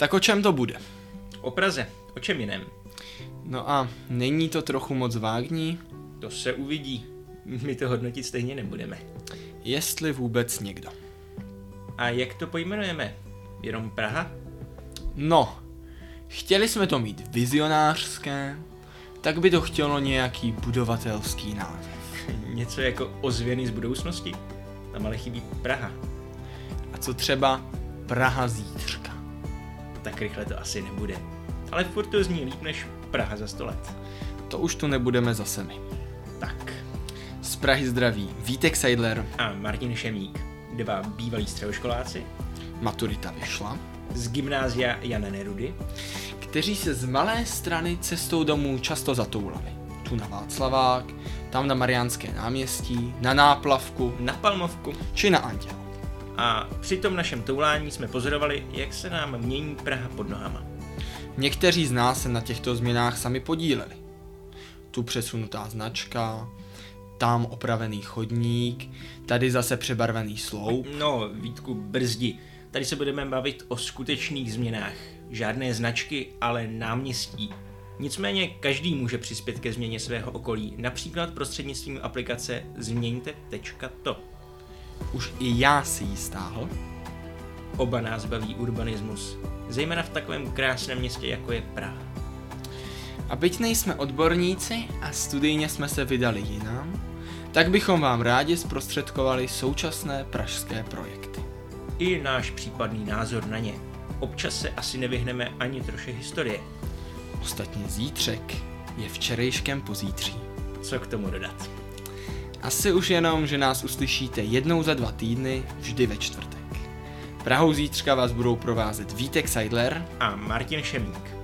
Tak o čem to bude? O Praze. O čem jiném? No a není to trochu moc vágní? To se uvidí. My to hodnotit stejně nebudeme. Jestli vůbec někdo. A jak to pojmenujeme? Jenom Praha? No, chtěli jsme to mít vizionářské, tak by to chtělo nějaký budovatelský název. Něco jako ozvěny z budoucnosti? Tam ale chybí Praha. A co třeba Praha zítřka? Tak rychle to asi nebude. Ale furt to zní líp než Praha za 100 let. To už tu nebudeme zase my. Tak. Z Prahy zdraví Vítek Seidler. A Martin Šemík. 2 bývalí středoškoláci. Maturita vyšla. Z gymnázia Jana Nerudy. Kteří se z Malé Strany cestou domů často zatoulali. Tu na Václavák, tam na Mariánské náměstí, na Náplavku, Na Palmovku. či na Anděl. A při tom našem toulání jsme pozorovali, jak se nám mění Praha pod nohama. Někteří z nás se na těchto změnách sami podíleli. Tu přesunutá značka, tam opravený chodník, tady zase přebarvený sloup. No, Vítku, brzdi. Tady se budeme bavit o skutečných změnách. Žádné značky, ale náměstí. Nicméně každý může přispět ke změně svého okolí, například prostřednictvím aplikace Změňte.to. Už i já si ji stáhl. Oba nás baví urbanismus, zejména v takovém krásném městě, jako je Praha. A byť nejsme odborníci a studijně jsme se vydali jinam, tak bychom vám rádi zprostředkovali současné pražské projekty. I náš případný názor na ně. Občas se asi nevyhneme ani troše historie. Ostatně zítřek je včerejškem pozítří. Co k tomu dodat? Asi už jenom, že nás uslyšíte jednou za 2 týdny, vždy ve čtvrtek. Prahou zítřka vás budou provázet Vítek Seidler A Martin Šemík.